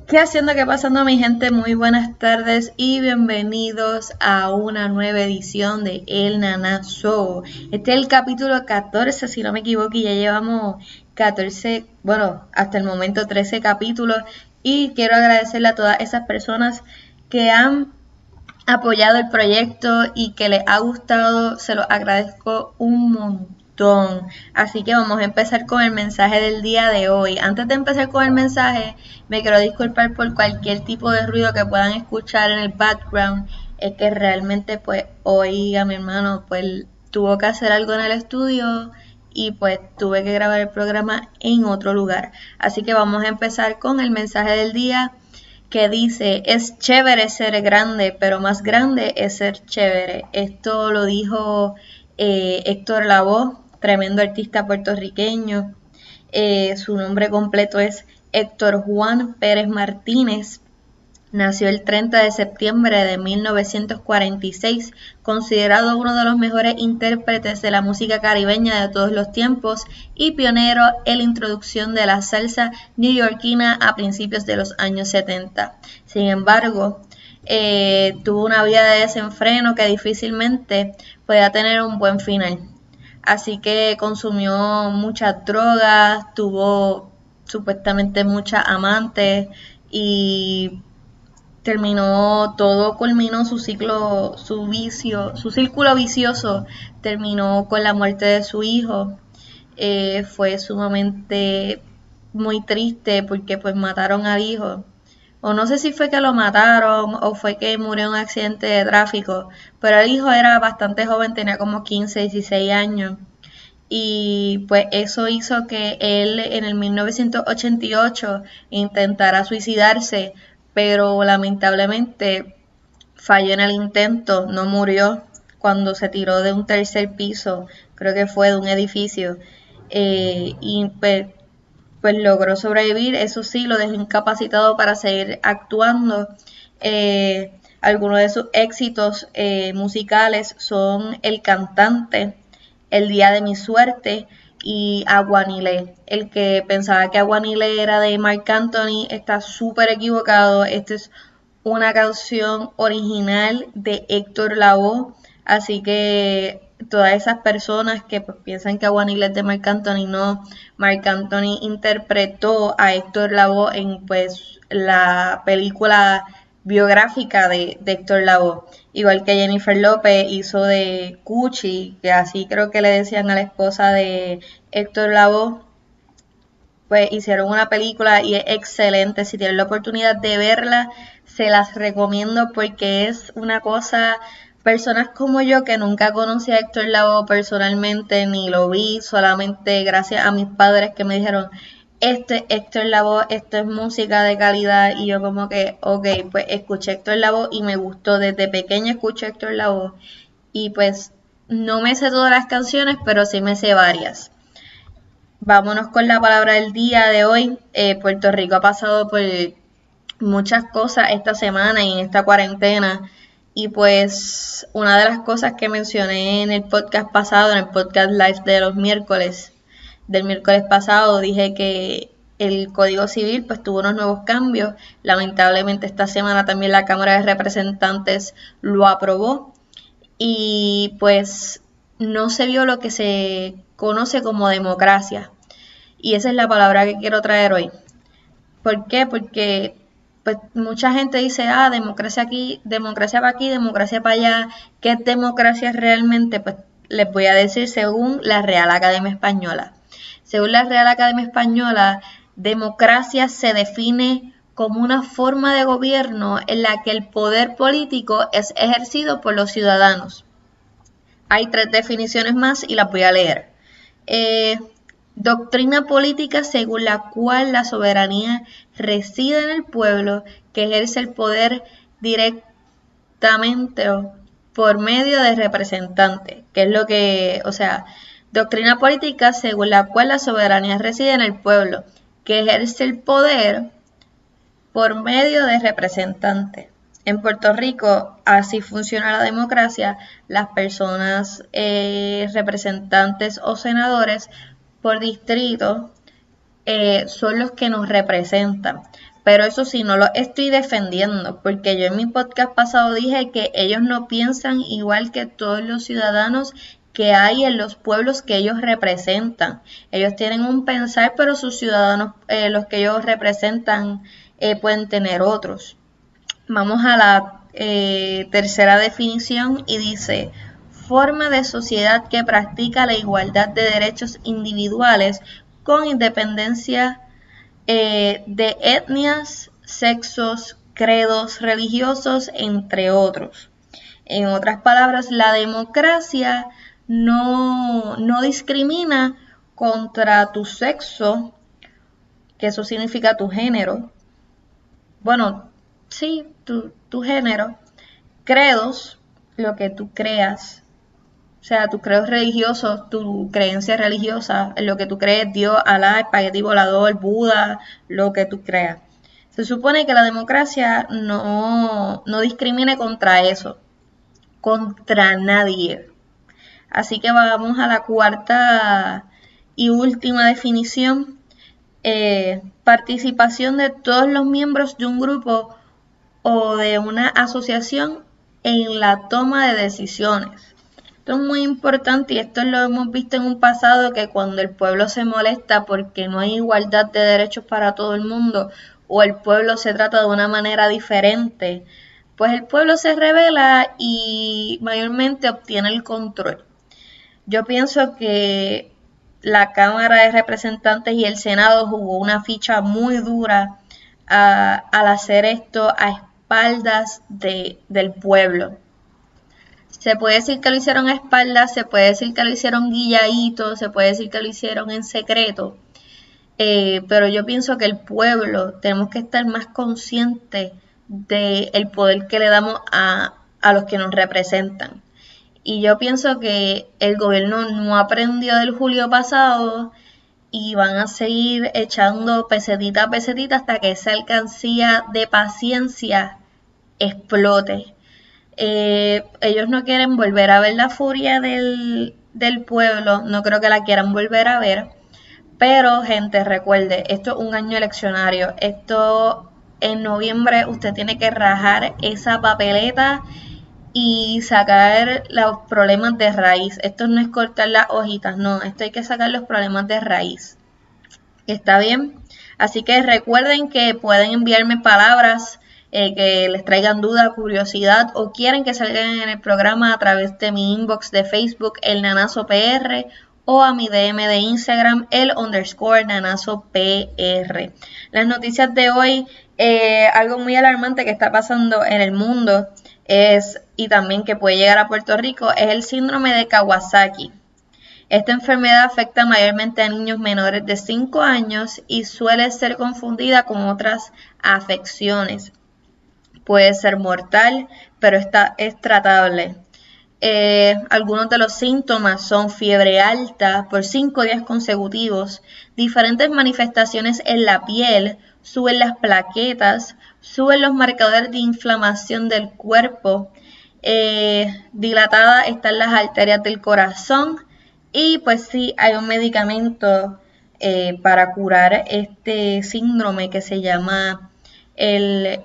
¿Qué haciendo, qué pasando, mi gente? Muy buenas tardes y bienvenidos a una nueva edición de El Nana Show. Este es el capítulo 14, si no me equivoco, y ya llevamos 14, bueno, hasta el momento 13 capítulos. Y quiero agradecerle a todas esas personas que han apoyado el proyecto y que les ha gustado. Se los agradezco un montón. Así que vamos a empezar con el mensaje del día de hoy. Antes de empezar con el mensaje, me quiero disculpar por cualquier tipo de ruido que puedan escuchar en el background. Es que realmente pues hoy a mi hermano pues tuvo que hacer algo en el estudio y pues tuve que grabar el programa en otro lugar. Así que vamos a empezar con el mensaje del día, que dice: es chévere ser grande, pero más grande es ser chévere. Esto lo dijo Héctor Lavoe, tremendo artista puertorriqueño. Su nombre completo es Héctor Juan Pérez Martínez. Nació el 30 de septiembre de 1946, considerado uno de los mejores intérpretes de la música caribeña de todos los tiempos y pionero en la introducción de la salsa neoyorquina a principios de los años 70. Sin embargo, tuvo una vida de desenfreno que difícilmente podía tener un buen final. Así que consumió muchas drogas, tuvo supuestamente muchas amantes y culminó su ciclo, su círculo vicioso terminó con la muerte de su hijo. Fue sumamente muy triste porque pues mataron al hijo. O no sé si fue que lo mataron o fue que murió en un accidente de tráfico, pero el hijo era bastante joven, tenía como 15, 16 años. Y pues eso hizo que él en el 1988 intentara suicidarse, pero lamentablemente falló en el intento, no murió cuando se tiró de un tercer piso, creo que fue de un edificio, y pues logró sobrevivir. Eso sí, lo dejó incapacitado para seguir actuando. Algunos de sus éxitos musicales son El Cantante, El Día de mi Suerte y Aguanile. El que pensaba que Aguanile era de Marc Anthony está súper equivocado. Esta es una canción original de Héctor Lavoe, así que todas esas personas que pues, piensan que Aguanile es de Marc Anthony, no. Marc Anthony interpretó a Héctor Lavoe en pues la película biográfica de Héctor Lavoe, igual que Jennifer López hizo de Cuchi, que así creo que le decían a la esposa de Héctor Lavoe. Pues hicieron una película y es excelente. Si tienen la oportunidad de verla, se las recomiendo porque es una cosa. Personas como yo, que nunca conocí a Héctor Lavoe personalmente, ni lo vi, solamente gracias a mis padres que me dijeron: esto es Héctor Lavoe, esto es música de calidad. Y yo como que, ok, pues escuché Héctor Lavoe y me gustó. Desde pequeña escucho Héctor Lavoe y pues no me sé todas las canciones, pero sí me sé varias. Vámonos con la palabra del día de hoy. Puerto Rico ha pasado por muchas cosas esta semana y en esta cuarentena. Y pues una de las cosas que mencioné en el podcast pasado, en el podcast live de los miércoles, del miércoles pasado, dije que el Código Civil pues tuvo unos nuevos cambios. Lamentablemente esta semana también la Cámara de Representantes lo aprobó y pues no se vio lo que se conoce como democracia. Y esa es la palabra que quiero traer hoy. ¿Por qué? Porque pues mucha gente dice: democracia aquí, democracia para aquí, democracia para allá. ¿Qué es democracia realmente? Pues les voy a decir según la Real Academia Española. Según la Real Academia Española, democracia se define como una forma de gobierno en la que el poder político es ejercido por los ciudadanos. Hay 3 definiciones más y las voy a leer. Doctrina política según la cual la soberanía reside en el pueblo, que ejerce el poder directamente o por medio de representantes, que es lo que, o sea, doctrina política según la cual la soberanía reside en el pueblo, que ejerce el poder por medio de representantes. En Puerto Rico así funciona la democracia. Las personas representantes o senadores por distrito son los que nos representan. Pero eso sí, no lo estoy defendiendo, porque yo en mi podcast pasado dije que ellos no piensan igual que todos los ciudadanos que hay en los pueblos que ellos representan. Ellos tienen un pensar, pero sus ciudadanos, los que ellos representan, pueden tener otros. Vamos a la tercera definición y dice: forma de sociedad que practica la igualdad de derechos individuales con independencia de etnias, sexos, credos religiosos, entre otros. En otras palabras, la democracia no discrimina contra tu sexo, que eso significa tu género. Bueno, sí, tu género. Credos, lo que tú creas. O sea, tus credos religiosos, tu creencia religiosa, en lo que tú crees, Dios, Alá, espagueti volador, Buda, lo que tú creas. Se supone que la democracia no discrimine contra eso, contra nadie. Así que vamos a la cuarta y última definición. Participación de todos los miembros de un grupo o de una asociación en la toma de decisiones. Esto es muy importante y esto lo hemos visto en un pasado, que cuando el pueblo se molesta porque no hay igualdad de derechos para todo el mundo o el pueblo se trata de una manera diferente, pues el pueblo se rebela y mayormente obtiene el control. Yo pienso que la Cámara de Representantes y el Senado jugó una ficha muy dura al hacer esto a espaldas del pueblo. Se puede decir que lo hicieron a espaldas, se puede decir que lo hicieron guilladito, se puede decir que lo hicieron en secreto, pero yo pienso que el pueblo tenemos que estar más conscientes del poder que le damos a los que nos representan. Y yo pienso que el gobierno no aprendió del julio pasado y van a seguir echando pesetita a pesetita hasta que esa alcancía de paciencia explote. Ellos no quieren volver a ver la furia del pueblo, no creo que la quieran volver a ver, pero gente, recuerde, esto es un año eleccionario, esto en noviembre usted tiene que rajar esa papeleta y sacar los problemas de raíz. Esto no es cortar las hojitas, no, esto hay que sacar los problemas de raíz. ¿Está bien? Así que recuerden que pueden enviarme palabras que les traigan duda, curiosidad o quieren que salgan en el programa a través de mi inbox de Facebook, el Nanazo PR, o a mi DM de Instagram, _Nanazo PR. Las noticias de hoy, algo muy alarmante que está pasando en el mundo y también que puede llegar a Puerto Rico, es el síndrome de Kawasaki. Esta enfermedad afecta mayormente a niños menores de 5 años y suele ser confundida con otras afecciones. Puede ser mortal, pero es tratable. Algunos de los síntomas son fiebre alta por 5 días consecutivos, diferentes manifestaciones en la piel, suben las plaquetas, suben los marcadores de inflamación del cuerpo, dilatadas están las arterias del corazón y pues sí, hay un medicamento para curar este síndrome que se llama el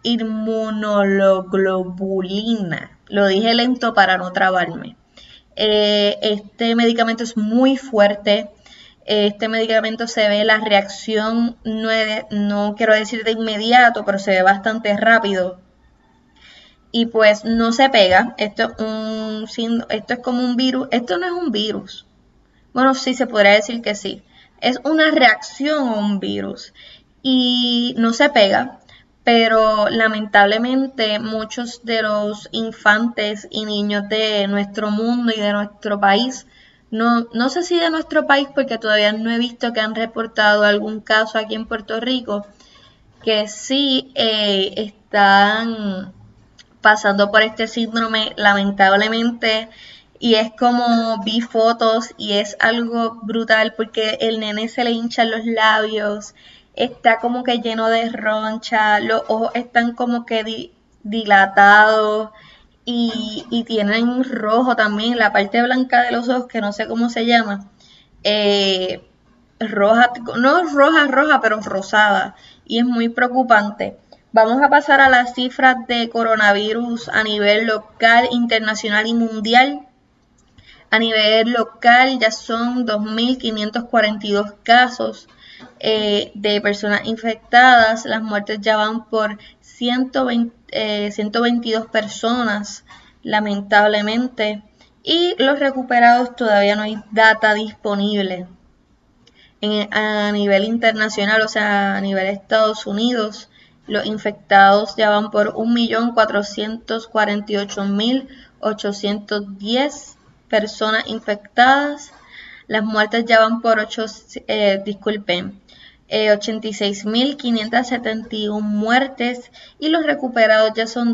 inmunoglobulina. Lo dije lento para no trabarme. Este medicamento es muy fuerte. Este medicamento se ve la reacción, no quiero decir de inmediato, pero se ve bastante rápido. Y pues no se pega. Esto es como un virus. Esto no es un virus. Bueno, sí se podría decir que sí. Es una reacción a un virus. Y no se pega. Pero lamentablemente muchos de los infantes y niños de nuestro mundo y de nuestro país, no sé si de nuestro país porque todavía no he visto que han reportado algún caso aquí en Puerto Rico, que sí están pasando por este síndrome lamentablemente. Y es como vi fotos y es algo brutal porque el nene se le hinchan los labios, está como que lleno de roncha, los ojos están como que dilatados y tienen rojo también, la parte blanca de los ojos que no sé cómo se llama. roja, no roja, pero rosada, y es muy preocupante. Vamos a pasar a las cifras de coronavirus a nivel local, internacional y mundial. A nivel local ya son 2.542 casos de personas infectadas. Las muertes ya van por 122 personas, lamentablemente. Y los recuperados todavía no hay data disponible. A nivel internacional, o sea, a nivel de Estados Unidos, los infectados ya van por 1.448.810 personas infectadas. Las muertes ya van por 86.571 muertes y los recuperados ya son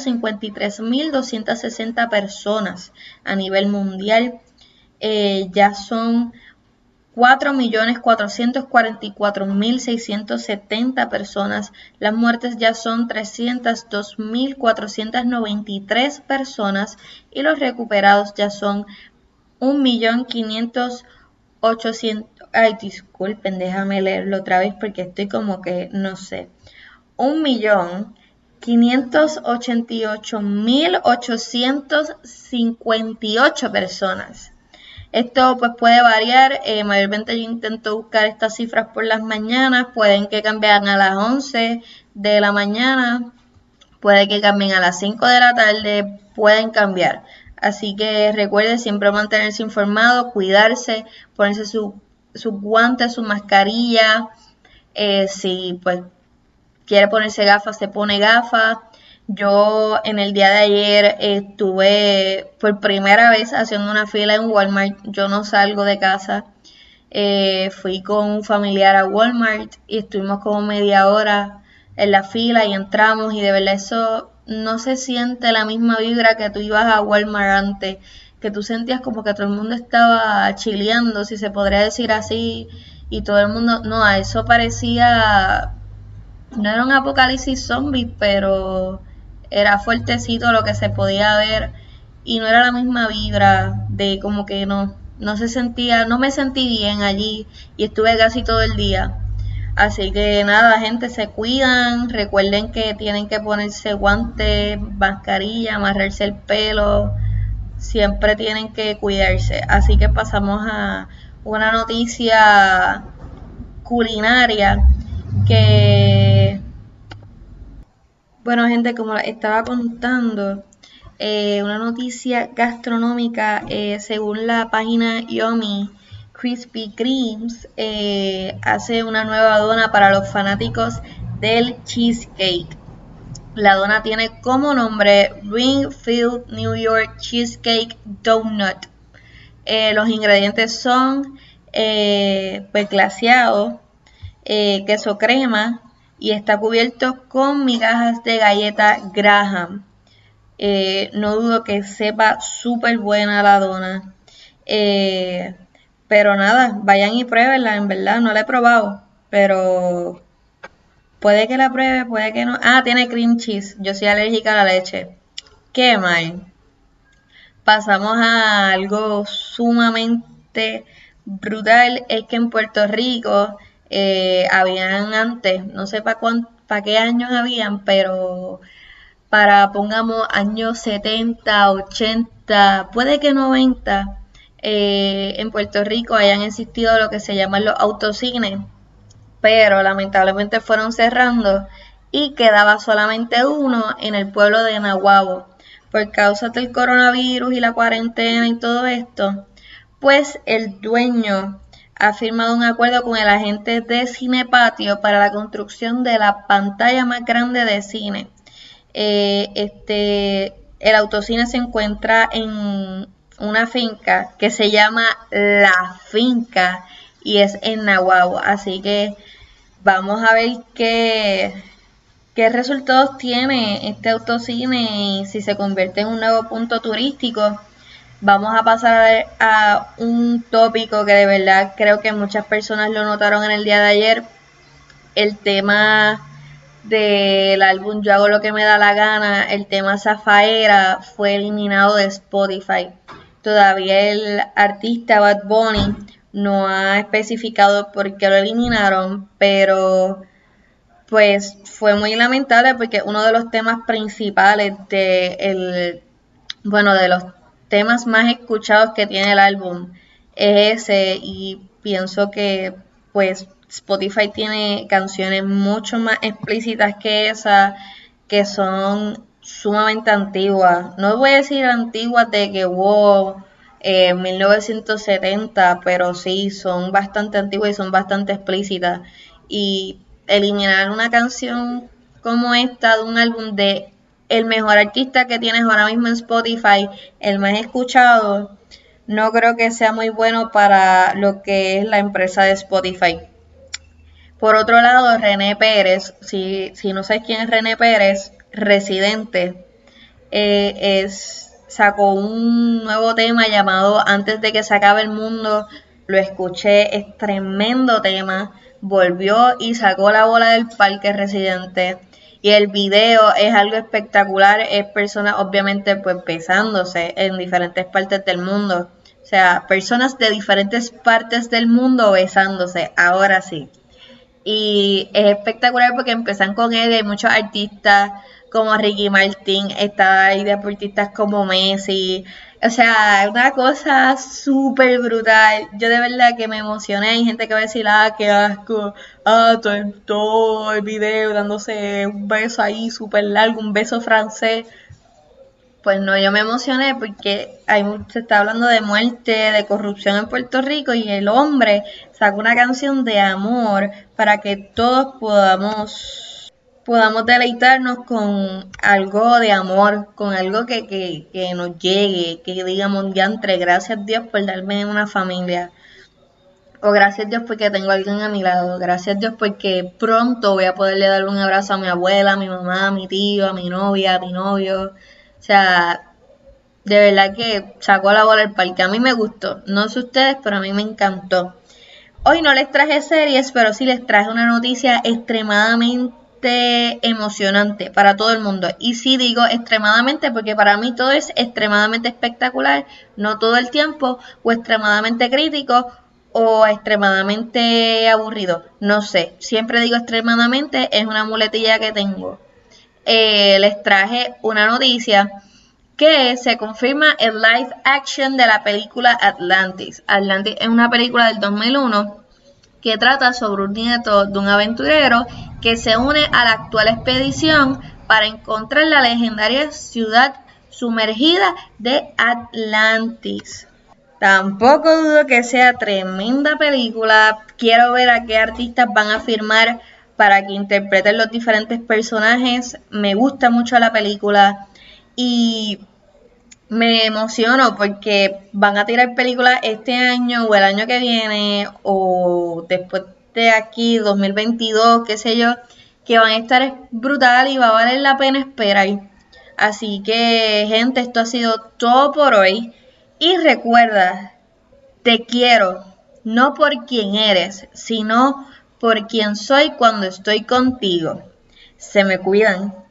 253.260 personas a nivel mundial. Ya son 4.444.670 personas. Las muertes ya son 302.493 personas y los recuperados ya son 1.500.800. Ay, disculpen, déjame leerlo otra vez porque estoy como que no sé. 1.588.858 personas. Esto pues puede variar, mayormente yo intento buscar estas cifras por las mañanas, pueden que cambien a las 11 de la mañana, puede que cambien a las 5 de la tarde, pueden cambiar. Así que recuerde siempre mantenerse informado, cuidarse, ponerse sus guantes, su mascarilla, si pues quiere ponerse gafas, se pone gafas. Yo en el día de ayer estuve por primera vez haciendo una fila en Walmart. Yo no salgo de casa. Fui con un familiar a Walmart y estuvimos como media hora en la fila y entramos y de verdad eso no se siente la misma vibra que tú ibas a Walmart antes, que tú sentías como que todo el mundo estaba chileando, si se podría decir así, y todo el mundo, no, a eso parecía, no era un apocalipsis zombie, pero era fuertecito lo que se podía ver y no era la misma vibra de como que no se sentía, no me sentí bien allí y estuve casi todo el día. Así que nada, gente, se cuidan, recuerden que tienen que ponerse guantes, mascarilla, amarrarse el pelo, siempre tienen que cuidarse. Así que pasamos a una noticia culinaria que, bueno, gente, como les estaba contando, una noticia gastronómica, según la página Yummy, Krispy Kremes hace una nueva dona para los fanáticos del cheesecake. La dona tiene como nombre Ring-Filled New York Cheesecake Donut. Los ingredientes son pues glaseado, queso crema y está cubierto con migajas de galleta Graham. No dudo que sepa súper buena la dona. Pero nada, vayan y pruébenla, en verdad, no la he probado, pero puede que la pruebe, puede que no. Ah, tiene cream cheese, yo soy alérgica a la leche. Qué mal. Pasamos a algo sumamente brutal, es que en Puerto Rico habían antes, no sé para qué años habían, pero para, pongamos, años 70, 80, puede que 90, en Puerto Rico hayan existido lo que se llaman los autocines, pero lamentablemente fueron cerrando y quedaba solamente uno en el pueblo de Nahuabo. Por causa del coronavirus y la cuarentena y todo esto, pues el dueño ha firmado un acuerdo con el agente de Cinepatio para la construcción de la pantalla más grande de cine. El autocine se encuentra en una finca que se llama La Finca y es en Nahuabo, así que vamos a ver qué resultados tiene este autocine y si se convierte en un nuevo punto turístico. Vamos a pasar a un tópico que de verdad creo que muchas personas lo notaron en el día de ayer. El tema del álbum Yo hago lo que me da la gana, el tema Zafaera fue eliminado de Spotify. Todavía el artista Bad Bunny no ha especificado por qué lo eliminaron, pero pues fue muy lamentable porque uno de los temas principales de los temas más escuchados que tiene el álbum es ese, y pienso que pues Spotify tiene canciones mucho más explícitas que esa, que son sumamente antiguas. No voy a decir antiguas de que wow, 1970, pero sí son bastante antiguas y son bastante explícitas. Y eliminar una canción como esta de un álbum de el mejor artista que tienes ahora mismo en Spotify, el más escuchado, no creo que sea muy bueno para lo que es la empresa de Spotify. Por otro lado, René Pérez, si no sabes quién es René Pérez, Residente, sacó un nuevo tema llamado Antes de que se acabe el mundo. Lo escuché, es tremendo tema. Volvió y sacó la bola del parque Residente. Y el video es algo espectacular. Es personas obviamente pues besándose en diferentes partes del mundo. O sea, personas de diferentes partes del mundo besándose. Ahora sí. Y es espectacular porque empiezan con él, hay muchos artistas como Ricky Martin, está ahí deportistas como Messi, o sea, es una cosa súper brutal. Yo de verdad que me emocioné, hay gente que va a decir, qué asco, todo el video dándose un beso ahí súper largo, un beso francés. Pues no, yo me emocioné porque se está hablando de muerte, de corrupción en Puerto Rico, y el hombre sacó una canción de amor para que todos podamos deleitarnos con algo de amor, con algo que nos llegue, que digamos, ya entre gracias a Dios por darme una familia. O gracias a Dios porque tengo a alguien a mi lado. Gracias a Dios porque pronto voy a poderle dar un abrazo a mi abuela, a mi mamá, a mi tío, a mi novia, a mi novio. O sea, de verdad que sacó la bola al parque. A mí me gustó. No sé ustedes, pero a mí me encantó. Hoy no les traje series, pero sí les traje una noticia extremadamente emocionante para todo el mundo. Y sí digo extremadamente porque para mí todo es extremadamente espectacular, no todo el tiempo, o extremadamente crítico o extremadamente aburrido. No sé, siempre digo extremadamente, es una muletilla que tengo. Les traje una noticia que se confirma el live action de la película Atlantis. Atlantis es una película del 2001 que trata sobre un nieto de un aventurero que se une a la actual expedición para encontrar la legendaria ciudad sumergida de Atlantis. Tampoco dudo que sea tremenda película. Quiero ver a qué artistas van a firmar para que interpreten los diferentes personajes. Me gusta mucho la película y me emociono porque van a tirar películas este año o el año que viene o después de aquí, 2022, qué sé yo, que van a estar brutal y va a valer la pena esperar. Así que, gente, esto ha sido todo por hoy. Y recuerda, te quiero, no por quien eres, sino por quien soy cuando estoy contigo. Se me cuidan.